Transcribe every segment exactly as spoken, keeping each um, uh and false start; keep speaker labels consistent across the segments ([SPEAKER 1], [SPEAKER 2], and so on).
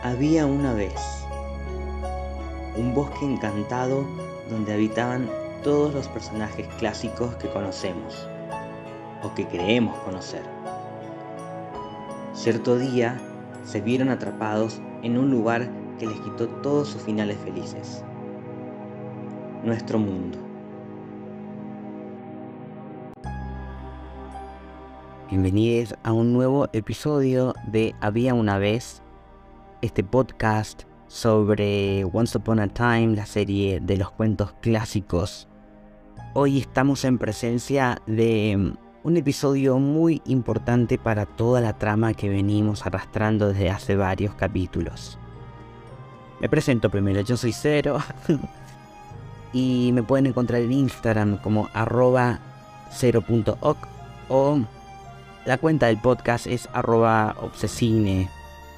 [SPEAKER 1] Había una vez un bosque encantado donde habitaban todos los personajes clásicos que conocemos, o que creemos conocer. Cierto día se vieron atrapados en un lugar que les quitó todos sus finales felices: nuestro mundo. Bienvenidos a un nuevo episodio de Había una vez, este podcast sobre Once Upon a Time, la serie de los cuentos clásicos. Hoy estamos en presencia de un episodio muy importante para toda la trama que venimos arrastrando desde hace varios capítulos. Me presento primero, yo soy Cero y me pueden encontrar en Instagram como arroba cero punto oc, o la cuenta del podcast es arroba obsesine.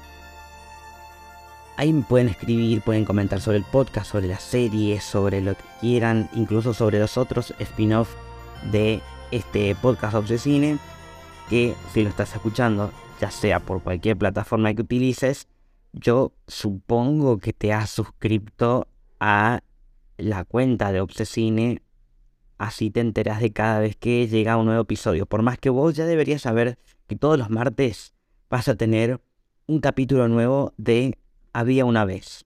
[SPEAKER 1] Ahí me pueden escribir, pueden comentar sobre el podcast, sobre la serie, sobre lo que quieran, incluso sobre los otros spin-off de este podcast Obsesine, que si lo estás escuchando, ya sea por cualquier plataforma que utilices, yo supongo que te has suscrito a la cuenta de Obsesine, así te enteras de cada vez que llega un nuevo episodio. Por más que vos ya deberías saber que todos los martes vas a tener un capítulo nuevo de Había una vez.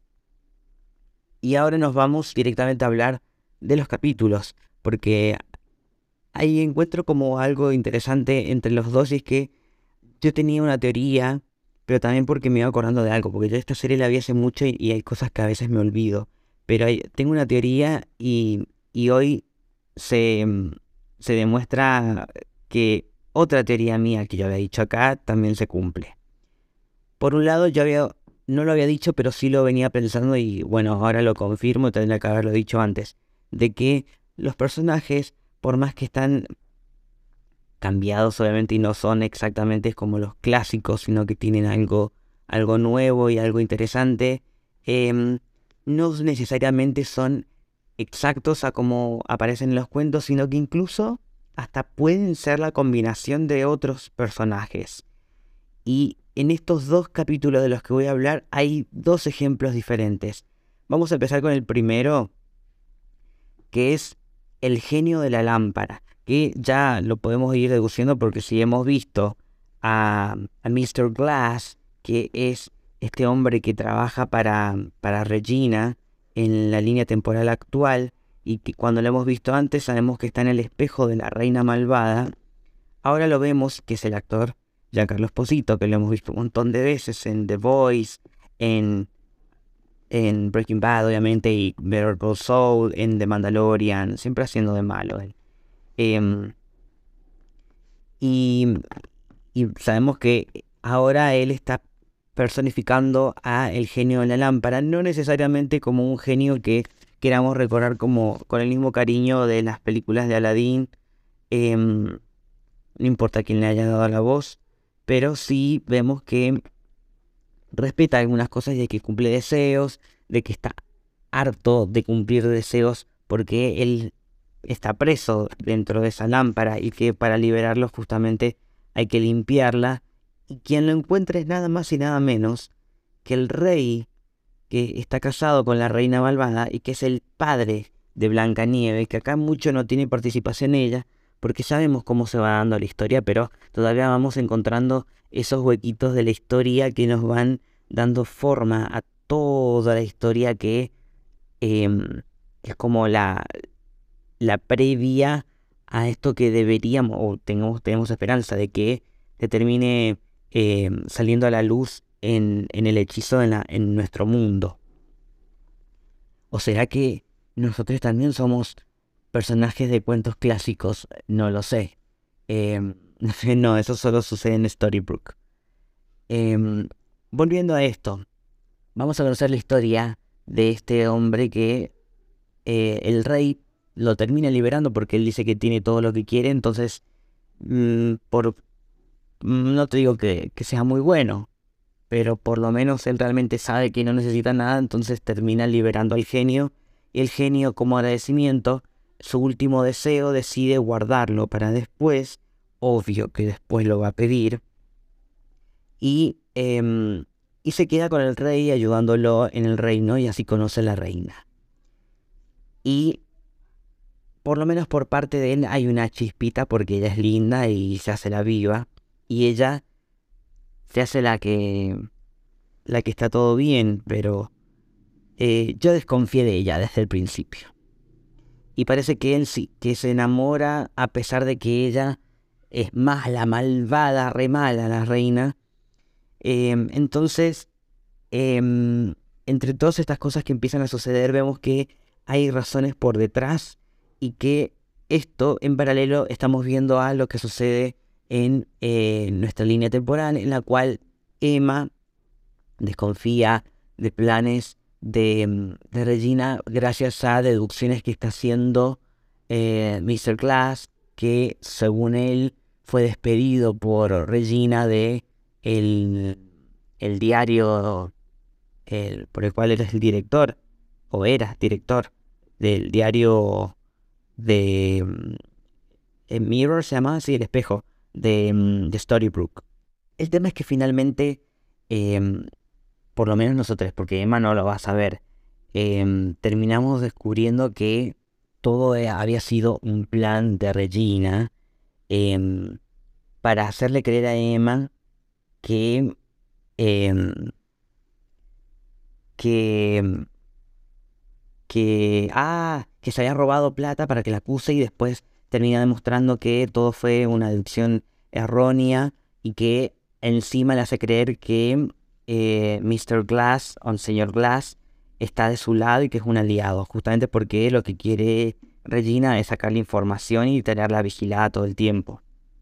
[SPEAKER 1] Y ahora nos vamos directamente a hablar de los capítulos, porque ahí encuentro como algo interesante entre los dos, y es que yo tenía una teoría, pero también porque me iba acordando de algo, porque yo esta serie la vi hace mucho y, y hay cosas que a veces me olvido. Pero hay, tengo una teoría y, y hoy se, se demuestra que otra teoría mía que yo había dicho acá también se cumple. Por un lado, yo había... no lo había dicho, pero sí lo venía pensando y bueno, ahora lo confirmo, tendría que haberlo dicho antes, de que los personajes, por más que están cambiados obviamente y no son exactamente como los clásicos, sino que tienen algo, algo nuevo y algo interesante, eh, no necesariamente son exactos a como aparecen en los cuentos, sino que incluso hasta pueden ser la combinación de otros personajes. Y en estos dos capítulos de los que voy a hablar hay dos ejemplos diferentes. Vamos a empezar con el primero, que es el genio de la lámpara, que ya lo podemos ir deduciendo porque si hemos visto a, a míster Glass, que es este hombre que trabaja para, para Regina en la línea temporal actual, y que cuando lo hemos visto antes sabemos que está en el espejo de la reina malvada, ahora lo vemos que es el actor Giancarlo Esposito, que lo hemos visto un montón de veces en The Voice, en, en Breaking Bad, obviamente, y Better Call Saul, en The Mandalorian, siempre haciendo de malo. Eh. Eh, y, y sabemos que ahora él está personificando a el genio de la lámpara, no necesariamente como un genio que queramos recordar como con el mismo cariño de las películas de Aladdin, eh, no importa quién le haya dado la voz, pero sí vemos que respeta algunas cosas y de que cumple deseos, de que está harto de cumplir deseos porque él está preso dentro de esa lámpara y que para liberarlo justamente hay que limpiarla, y quien lo encuentra es nada más y nada menos que el rey que está casado con la reina malvada y que es el padre de Blancanieves, que acá mucho no tiene participación ella, porque sabemos cómo se va dando la historia, pero todavía vamos encontrando esos huequitos de la historia que nos van dando forma a toda la historia que eh, es como la, la previa a esto que deberíamos, o tenemos, tenemos esperanza de que se termine eh, saliendo a la luz en, en el hechizo en, la, en nuestro mundo. ¿O será que nosotros también somos personajes de cuentos clásicos? No lo sé. Eh, no, eso solo sucede en Storybrooke. Eh, volviendo a esto, vamos a conocer la historia de este hombre que eh, el rey lo termina liberando porque él dice que tiene todo lo que quiere. Entonces, mmm, por, no te digo que, que sea muy bueno, pero por lo menos él realmente sabe que no necesita nada, entonces termina liberando al genio, y el genio, como agradecimiento, su último deseo decide guardarlo para después, obvio que después lo va a pedir, y, eh, y se queda con el rey ayudándolo en el reino y así conoce a la reina. Y por lo menos por parte de él hay una chispita porque ella es linda y se hace la viva y ella se hace la que la que está todo bien, pero eh, yo desconfié de ella desde el principio. Y parece que él sí, que se enamora a pesar de que ella es más la malvada, re mala la reina. Eh, entonces, eh, entre todas estas cosas que empiezan a suceder, vemos que hay razones por detrás y que esto en paralelo estamos viendo a lo que sucede en eh, nuestra línea temporal, en la cual Emma desconfía de planes de, de Regina gracias a deducciones que está haciendo eh, mister Glass, que según él fue despedido por Regina de el, el diario el, por el cual eres el director, o eras director del diario de eh, Mirror, se llama así, el espejo, de, de Storybrooke. El tema es que finalmente, eh, por lo menos nosotros, porque Emma no lo va a saber, eh, terminamos descubriendo que todo había sido un plan de Regina eh, para hacerle creer a Emma que eh, que que ah que se había robado plata para que la acuse y después termina demostrando que todo fue una deducción errónea y que encima le hace creer que eh, mister Glass o el señor Glass está de su lado y que es un aliado, justamente porque lo que quiere Regina es sacarle información y tenerla vigilada todo el tiempo.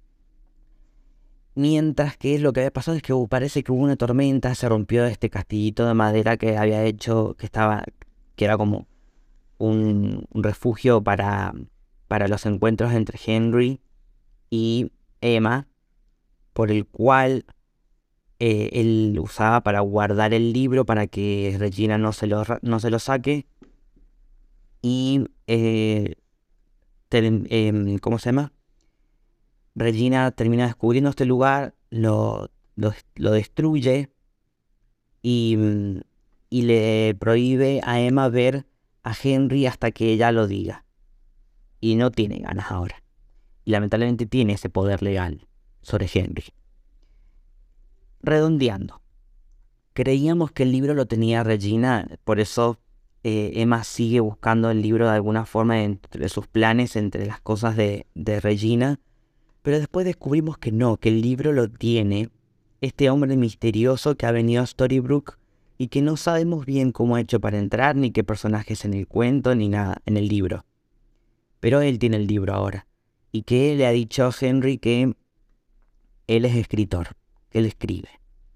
[SPEAKER 1] Mientras que lo que había pasado es que uh, parece que hubo una tormenta, se rompió este castillito de madera que había hecho, que estaba, que era como un, un refugio para, para los encuentros entre Henry y Emma, por el cual eh, él usaba para guardar el libro para que Regina no se lo, no se lo saque. Y, eh, ter, eh, ¿cómo se llama? Regina termina descubriendo este lugar, lo, lo, lo destruye y, y le prohíbe a Emma ver a Henry hasta que ella lo diga. Y no tiene ganas ahora. Y lamentablemente tiene ese poder legal sobre Henry. Redondeando. Creíamos que el libro lo tenía Regina, por eso eh, Emma sigue buscando el libro de alguna forma entre sus planes, entre las cosas de, de Regina. Pero después descubrimos que no, que el libro lo tiene este hombre misterioso que ha venido a Storybrooke y que no sabemos bien cómo ha hecho para entrar, ni qué personajes en el cuento, ni nada en el libro. Pero él tiene el libro ahora. Y que le ha dicho a Henry que él es escritor, que él escribe.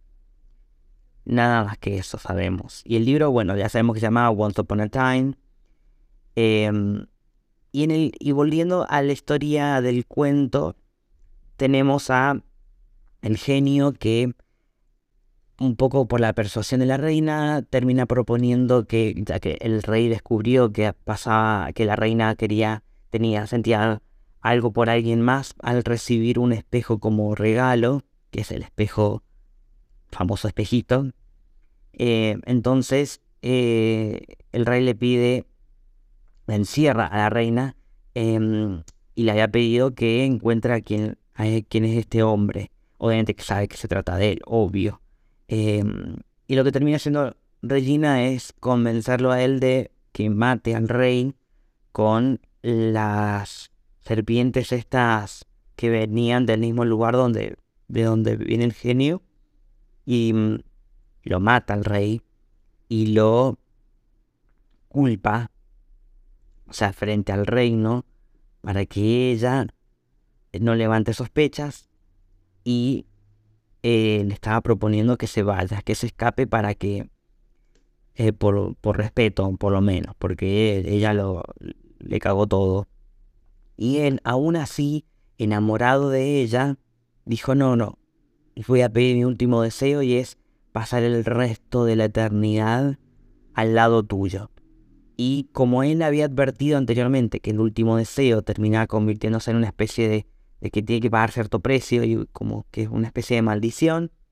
[SPEAKER 1] Nada más que eso sabemos. Y el libro, bueno, ya sabemos que se llama Once Upon a Time. Eh, y, en el, y volviendo a la historia del cuento, tenemos a el genio que, un poco por la persuasión de la reina, termina proponiendo que, ya que el rey descubrió que pasaba, que la reina quería, tenía, sentía algo por alguien más al recibir un espejo como regalo, que es el espejo, famoso espejito. Eh, entonces eh, el rey le pide, la encierra a la reina eh, y le había pedido que encuentre a quién, a quién es este hombre. Obviamente que sabe que se trata de él, obvio. Eh, y lo que termina haciendo Regina es convencerlo a él de que mate al rey con las serpientes estas que venían del mismo lugar donde, de donde viene el genio. Y mm, lo mata al rey y lo culpa, o sea, frente al reino, para que ella no levante sospechas y eh, le estaba proponiendo que se vaya, que se escape para que, eh, por, por respeto, por lo menos, porque ella lo, le cagó todo. Y él, aún así, enamorado de ella, dijo, no, no, voy a pedir mi último deseo y es pasar el resto de la eternidad al lado tuyo. Y como él había advertido anteriormente que el último deseo terminaba convirtiéndose en una especie de, de que tiene que pagar cierto precio y como que es una especie de maldición,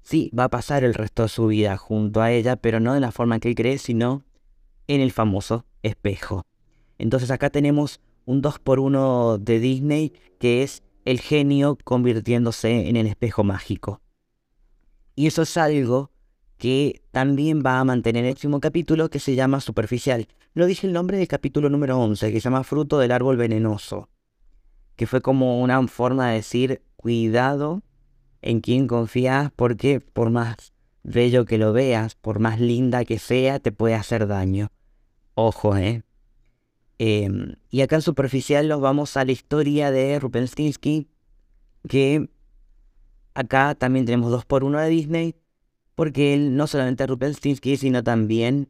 [SPEAKER 1] sí, va a pasar el resto de su vida junto a ella, pero no de la forma que él cree, sino en el famoso espejo. Entonces acá tenemos un dos por uno de Disney, que es el genio convirtiéndose en el espejo mágico. Y eso es algo que también va a mantener el próximo capítulo, que se llama Superficial. No dije el nombre del capítulo número once, que se llama Fruto del Árbol Venenoso, que fue como una forma de decir, cuidado en quién confías, porque por más bello que lo veas, por más linda que sea, te puede hacer daño. Ojo, ¿eh? Eh, y acá en Superficial nos vamos a la historia de Rumpelstiltskin, que acá también tenemos dos por uno de Disney, porque él no solamente es Rumpelstiltskin, sino también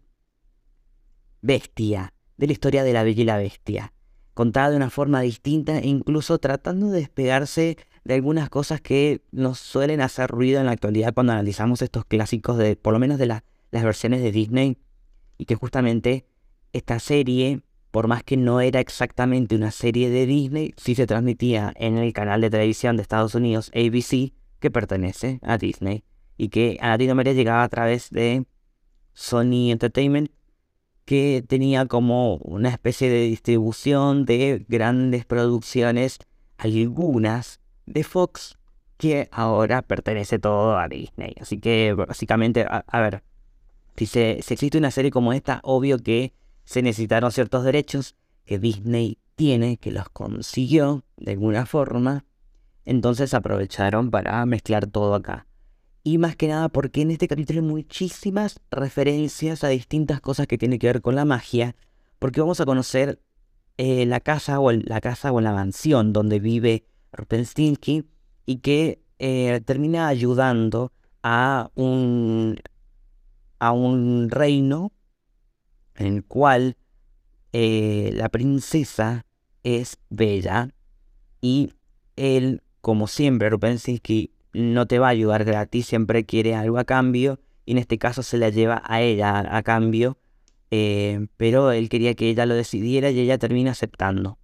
[SPEAKER 1] Bestia, de la historia de la Bella y la Bestia, contada de una forma distinta e incluso tratando de despegarse de algunas cosas que nos suelen hacer ruido en la actualidad cuando analizamos estos clásicos, de por lo menos de la, las versiones de Disney, y que justamente esta serie, por más que no era exactamente una serie de Disney, sí se transmitía en el canal de televisión de Estados Unidos, A B C, que pertenece a Disney, y que a Latinoamérica llegaba a través de Sony Entertainment, que tenía como una especie de distribución de grandes producciones, algunas de Fox, que ahora pertenece todo a Disney. Así que básicamente, a, a ver, si, se, si existe una serie como esta, obvio que se necesitaron ciertos derechos que Disney tiene, que los consiguió de alguna forma, entonces aprovecharon para mezclar todo acá. Y más que nada porque en este capítulo hay muchísimas referencias a distintas cosas que tienen que ver con la magia, porque vamos a conocer eh, la casa o el, la casa o la mansión donde vive Rumpelstiltskin, y que eh, termina ayudando a un, a un reino en el cual eh, la princesa es bella, y él, como siempre, Rumpelstiltskin no te va a ayudar gratis, siempre quiere algo a cambio, y en este caso se la lleva a ella a, a cambio, eh, pero él quería que ella lo decidiera y ella termina aceptando.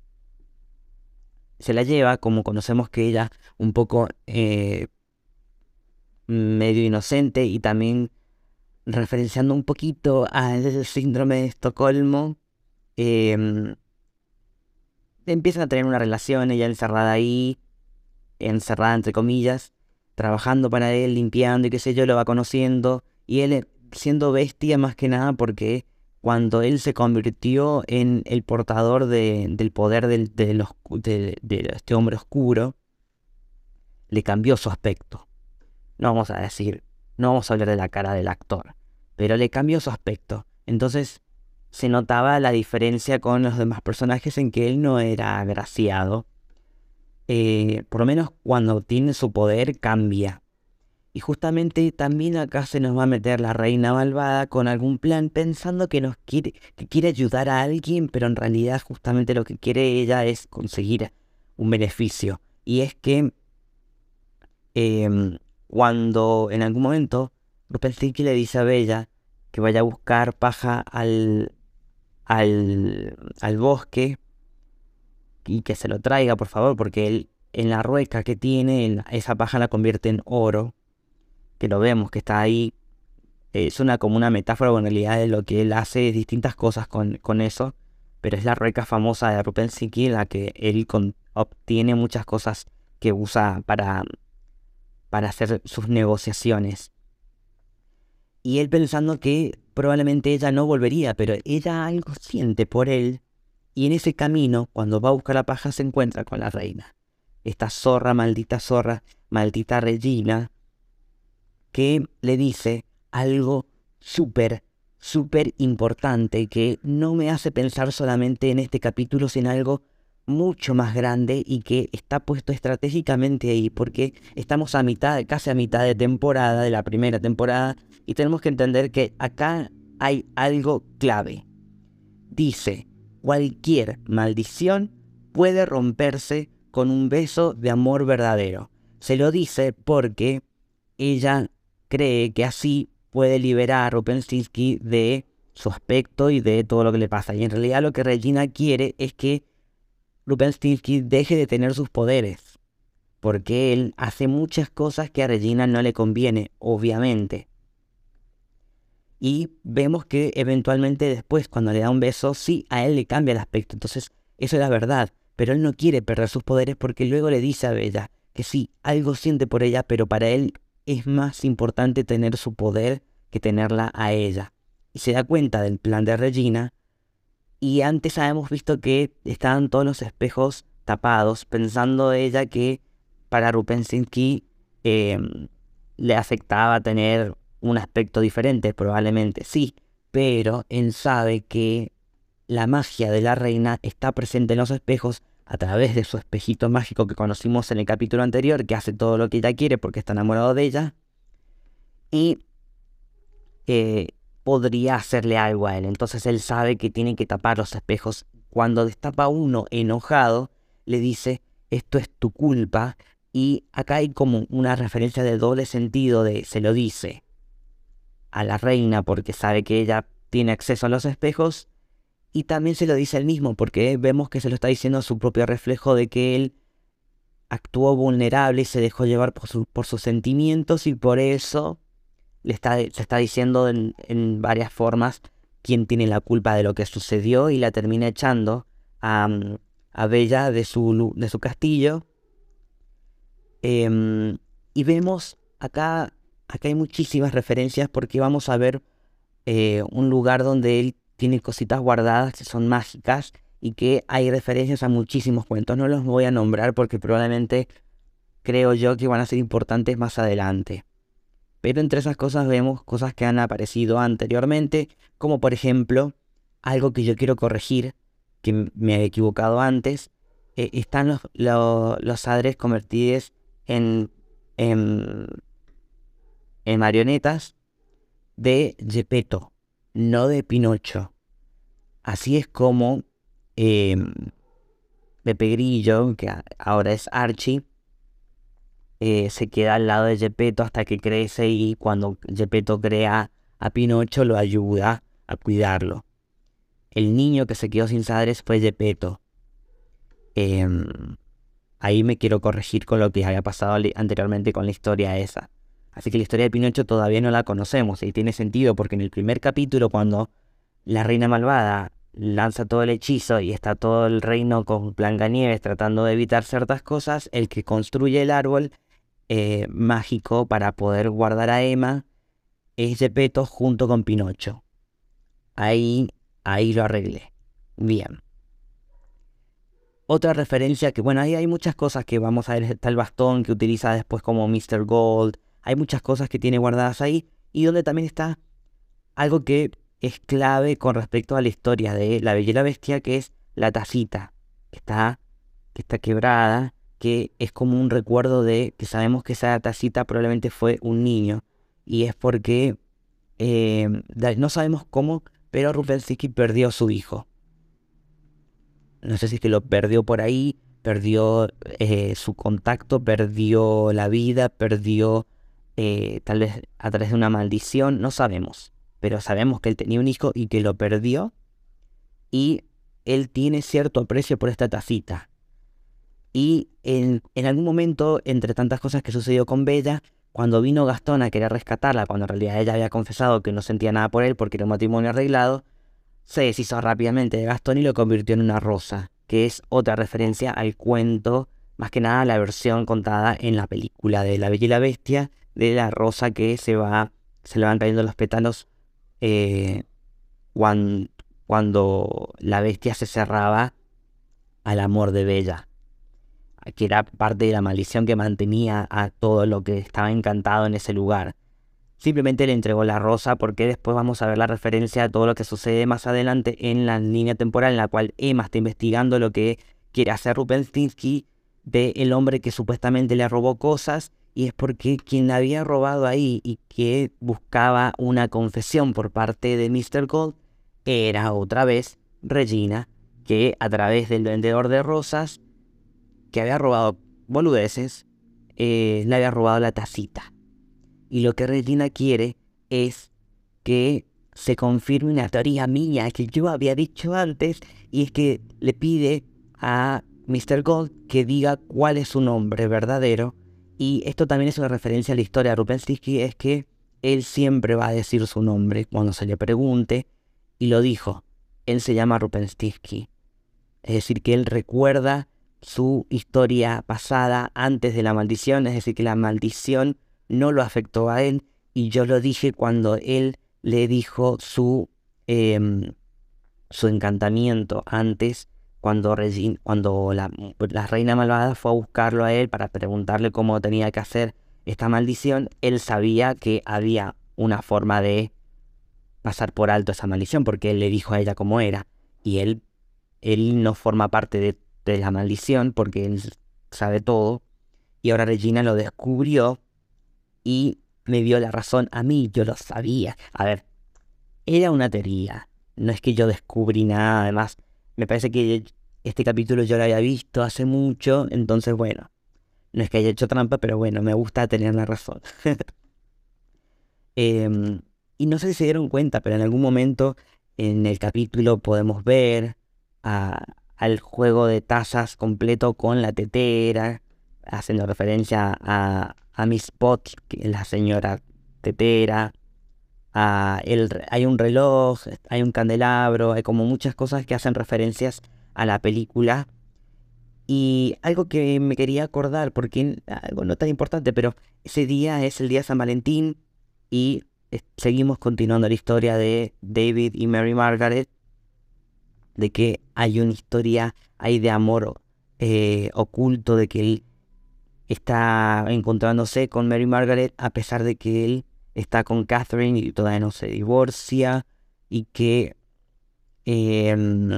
[SPEAKER 1] Se la lleva, como conocemos que ella un poco eh, medio inocente, y también referenciando un poquito al síndrome de Estocolmo, eh, empiezan a tener una relación, ella encerrada ahí, encerrada entre comillas, trabajando para él, limpiando y qué sé yo, lo va conociendo, y él siendo bestia más que nada porque cuando él se convirtió en el portador de, del poder del, de, los, de, de este hombre oscuro, le cambió su aspecto. No vamos a decir, no vamos a hablar de la cara del actor, pero le cambió su aspecto. Entonces se notaba la diferencia con los demás personajes en que él no era agraciado. Eh, por lo menos cuando tiene su poder cambia. Y justamente también acá se nos va a meter la reina malvada con algún plan, pensando que nos quiere, que quiere ayudar a alguien, pero en realidad justamente lo que quiere ella es conseguir un beneficio. Y es que eh, cuando en algún momento Rumpelstiltskin le dice a Bella que vaya a buscar paja al, al, al bosque, y que se lo traiga, por favor, porque él en la rueca que tiene, esa paja la convierte en oro, que lo vemos que está ahí. Es una como una metáfora, o en realidad de lo que él hace distintas cosas con, con eso, pero es la rueca famosa de Rumpelstiltskin, en la que él con, obtiene muchas cosas que usa para, para hacer sus negociaciones. Y él pensando que probablemente ella no volvería, pero ella algo siente por él. Y en ese camino, cuando va a buscar la paja, se encuentra con la reina. Esta zorra, maldita zorra, maldita Regina, que le dice algo súper, súper importante, que no me hace pensar solamente en este capítulo, sino algo mucho más grande y que está puesto estratégicamente ahí, porque estamos a mitad, casi a mitad de temporada, de la primera temporada, y tenemos que entender que acá hay algo clave. Dice: cualquier maldición puede romperse con un beso de amor verdadero. Se lo dice porque ella cree que así puede liberar a Rumpelstiltskin de su aspecto y de todo lo que le pasa. Y en realidad lo que Regina quiere es que Rumpelstiltskin deje de tener sus poderes. porque él hace muchas cosas que a Regina no le conviene, obviamente. Y vemos que eventualmente después, cuando le da un beso, sí, a él le cambia el aspecto. Entonces, eso es la verdad. Pero él no quiere perder sus poderes porque luego le dice a Bella que sí, algo siente por ella, pero para él es más importante tener su poder que tenerla a ella. Y se da cuenta del plan de Regina. Y antes habíamos visto que estaban todos los espejos tapados, pensando ella que para Rupensinski eh, le afectaba tener un aspecto diferente, probablemente sí, pero él sabe que la magia de la reina está presente en los espejos a través de su espejito mágico que conocimos en el capítulo anterior, que hace todo lo que ella quiere porque está enamorado de ella, y eh, podría hacerle algo a él. Entonces él sabe que tiene que tapar los espejos. Cuando destapa uno enojado, le dice, esto es tu culpa, y acá hay como una referencia de doble sentido de se lo dice a la reina porque sabe que ella tiene acceso a los espejos, y también se lo dice él mismo porque vemos que se lo está diciendo a su propio reflejo de que él actuó vulnerable y se dejó llevar por, su, por sus sentimientos, y por eso le está, se está diciendo en, en varias formas quién tiene la culpa de lo que sucedió, y la termina echando a, a Bella de su, de su castillo. Eh, y vemos acá, acá hay muchísimas referencias porque vamos a ver eh, un lugar donde él tiene cositas guardadas que son mágicas y que hay referencias a muchísimos cuentos. No los voy a nombrar porque probablemente creo yo que van a ser importantes más adelante. Pero entre esas cosas vemos cosas que han aparecido anteriormente, como por ejemplo, algo que yo quiero corregir, que me había equivocado antes, eh, están los, los, los Adres convertidos en, en, en marionetas de Geppetto, no de Pinocho. Así es como eh, Pepe Grillo, que ahora es Archie, eh, se queda al lado de Geppetto hasta que crece, y cuando Geppetto crea a Pinocho lo ayuda a cuidarlo. El niño que se quedó sin padres fue Geppetto. Eh, ahí me quiero corregir con lo que había pasado anteriormente con la historia esa. Así que la historia de Pinocho todavía no la conocemos, y tiene sentido porque en el primer capítulo, cuando la reina malvada lanza todo el hechizo y está todo el reino con Blancanieves tratando de evitar ciertas cosas, el que construye el árbol eh, mágico para poder guardar a Emma es Geppetto junto con Pinocho. Ahí, ahí lo arreglé. Bien. Otra referencia que, bueno, ahí hay muchas cosas que vamos a ver. Está el bastón que utiliza después como míster Gold. Hay muchas cosas que tiene guardadas ahí, y donde también está algo que es clave con respecto a la historia de La Bella y la Bestia, que es la tacita, que está, que está quebrada, que es como un recuerdo de que sabemos que esa tacita probablemente fue un niño, y es porque eh, no sabemos cómo, pero Rumpelstiltskin perdió a su hijo. No sé si es que lo perdió por ahí, perdió eh, su contacto, perdió la vida, perdió eh, tal vez a través de una maldición, no sabemos. Pero sabemos que él tenía un hijo y que lo perdió, y él tiene cierto aprecio por esta tacita. Y en, en algún momento, entre tantas cosas que sucedió con Bella, cuando vino Gastón a querer rescatarla, cuando en realidad ella había confesado que no sentía nada por él porque era un matrimonio arreglado, se deshizo rápidamente de Gastón y lo convirtió en una rosa, que es otra referencia al cuento, más que nada a la versión contada en la película de La Bella y la Bestia, de la rosa que se va, se le van cayendo los pétalos eh, cuando, cuando la bestia se cerraba al amor de Bella, que era parte de la maldición que mantenía a todo lo que estaba encantado en ese lugar. Simplemente le entregó la rosa porque después vamos a ver la referencia a todo lo que sucede más adelante en la línea temporal en la cual Emma está investigando lo que quiere hacer Rumpelstiltskin de el hombre que supuestamente le robó cosas, y es porque quien la había robado ahí y que buscaba una confesión por parte de míster Gold era otra vez Regina, que a través del vendedor de rosas que había robado boludeces, eh, le había robado la tacita. Y lo que Regina quiere es que se confirme una teoría mía que yo había dicho antes, y es que le pide a míster Gold que diga cuál es su nombre verdadero. Y esto también es una referencia a la historia de Rumpelstiltskin, es que él siempre va a decir su nombre cuando se le pregunte, y lo dijo, él se llama Rumpelstiltskin. Es decir, que él recuerda su historia pasada antes de la maldición, es decir, que la maldición no lo afectó a él, y yo lo dije cuando él le dijo su, eh, su encantamiento antes, cuando, Regina, cuando la, la reina malvada fue a buscarlo a él para preguntarle cómo tenía que hacer esta maldición. Él sabía que había una forma de pasar por alto esa maldición, porque él le dijo a ella cómo era, y él, él no forma parte de, de la maldición porque él sabe todo, y ahora Regina lo descubrió y me dio la razón a mí. Yo lo sabía. A ver, era una teoría, no es que yo descubrí nada. Además, me parece que este capítulo yo lo había visto hace mucho, entonces bueno, no es que haya hecho trampa, pero bueno, me gusta tener la razón. eh, y no sé si se dieron cuenta, pero en algún momento en el capítulo podemos ver a, al juego de tazas completo con la tetera, haciendo referencia a, a Miss Potts, que es la señora tetera. Uh, el, hay un reloj, hay un candelabro, hay como muchas cosas que hacen referencias a la película. Y algo que me quería acordar, porque algo no tan importante, pero ese día es el día de San Valentín y es, seguimos continuando la historia de David y Mary Margaret, de que hay una historia, hay de amor eh, oculto, de que él está encontrándose con Mary Margaret a pesar de que él está con Catherine y todavía no se divorcia, y que eh,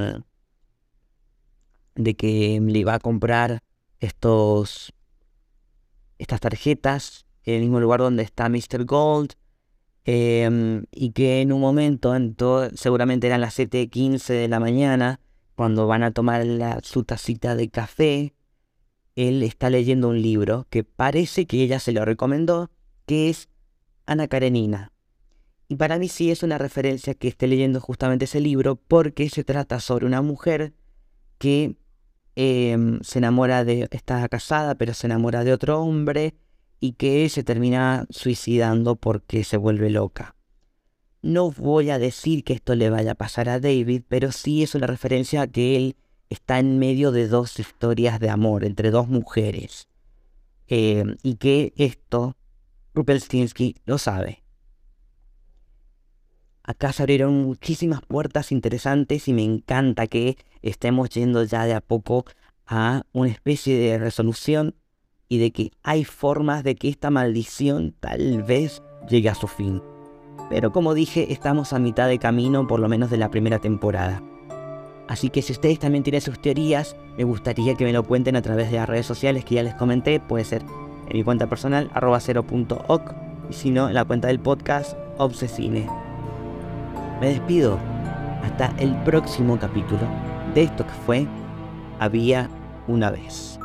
[SPEAKER 1] de que le va a comprar estos estas tarjetas en el mismo lugar donde está míster Gold, eh, y que en un momento, en todo, seguramente eran las siete quince de la mañana, cuando van a tomar la, su tacita de café, él está leyendo un libro que parece que ella se lo recomendó, que es Ana Karenina. Y para mí sí es una referencia que esté leyendo justamente ese libro, porque se trata sobre una mujer que eh, se enamora de... está casada, pero se enamora de otro hombre, y que se termina suicidando porque se vuelve loca. No voy a decir que esto le vaya a pasar a David, pero sí es una referencia a que él está en medio de dos historias de amor, entre dos mujeres. Eh, y que esto, Rumpelstiltskin lo sabe. Acá se abrieron muchísimas puertas interesantes y me encanta que estemos yendo ya de a poco a una especie de resolución y de que hay formas de que esta maldición tal vez llegue a su fin. Pero como dije, estamos a mitad de camino, por lo menos de la primera temporada. Así que si ustedes también tienen sus teorías, me gustaría que me lo cuenten a través de las redes sociales que ya les comenté. Puede ser en mi cuenta personal, arroba cero punto oc, y si no, en la cuenta del podcast, Obsesine. Me despido hasta el próximo capítulo de esto que fue Había una vez.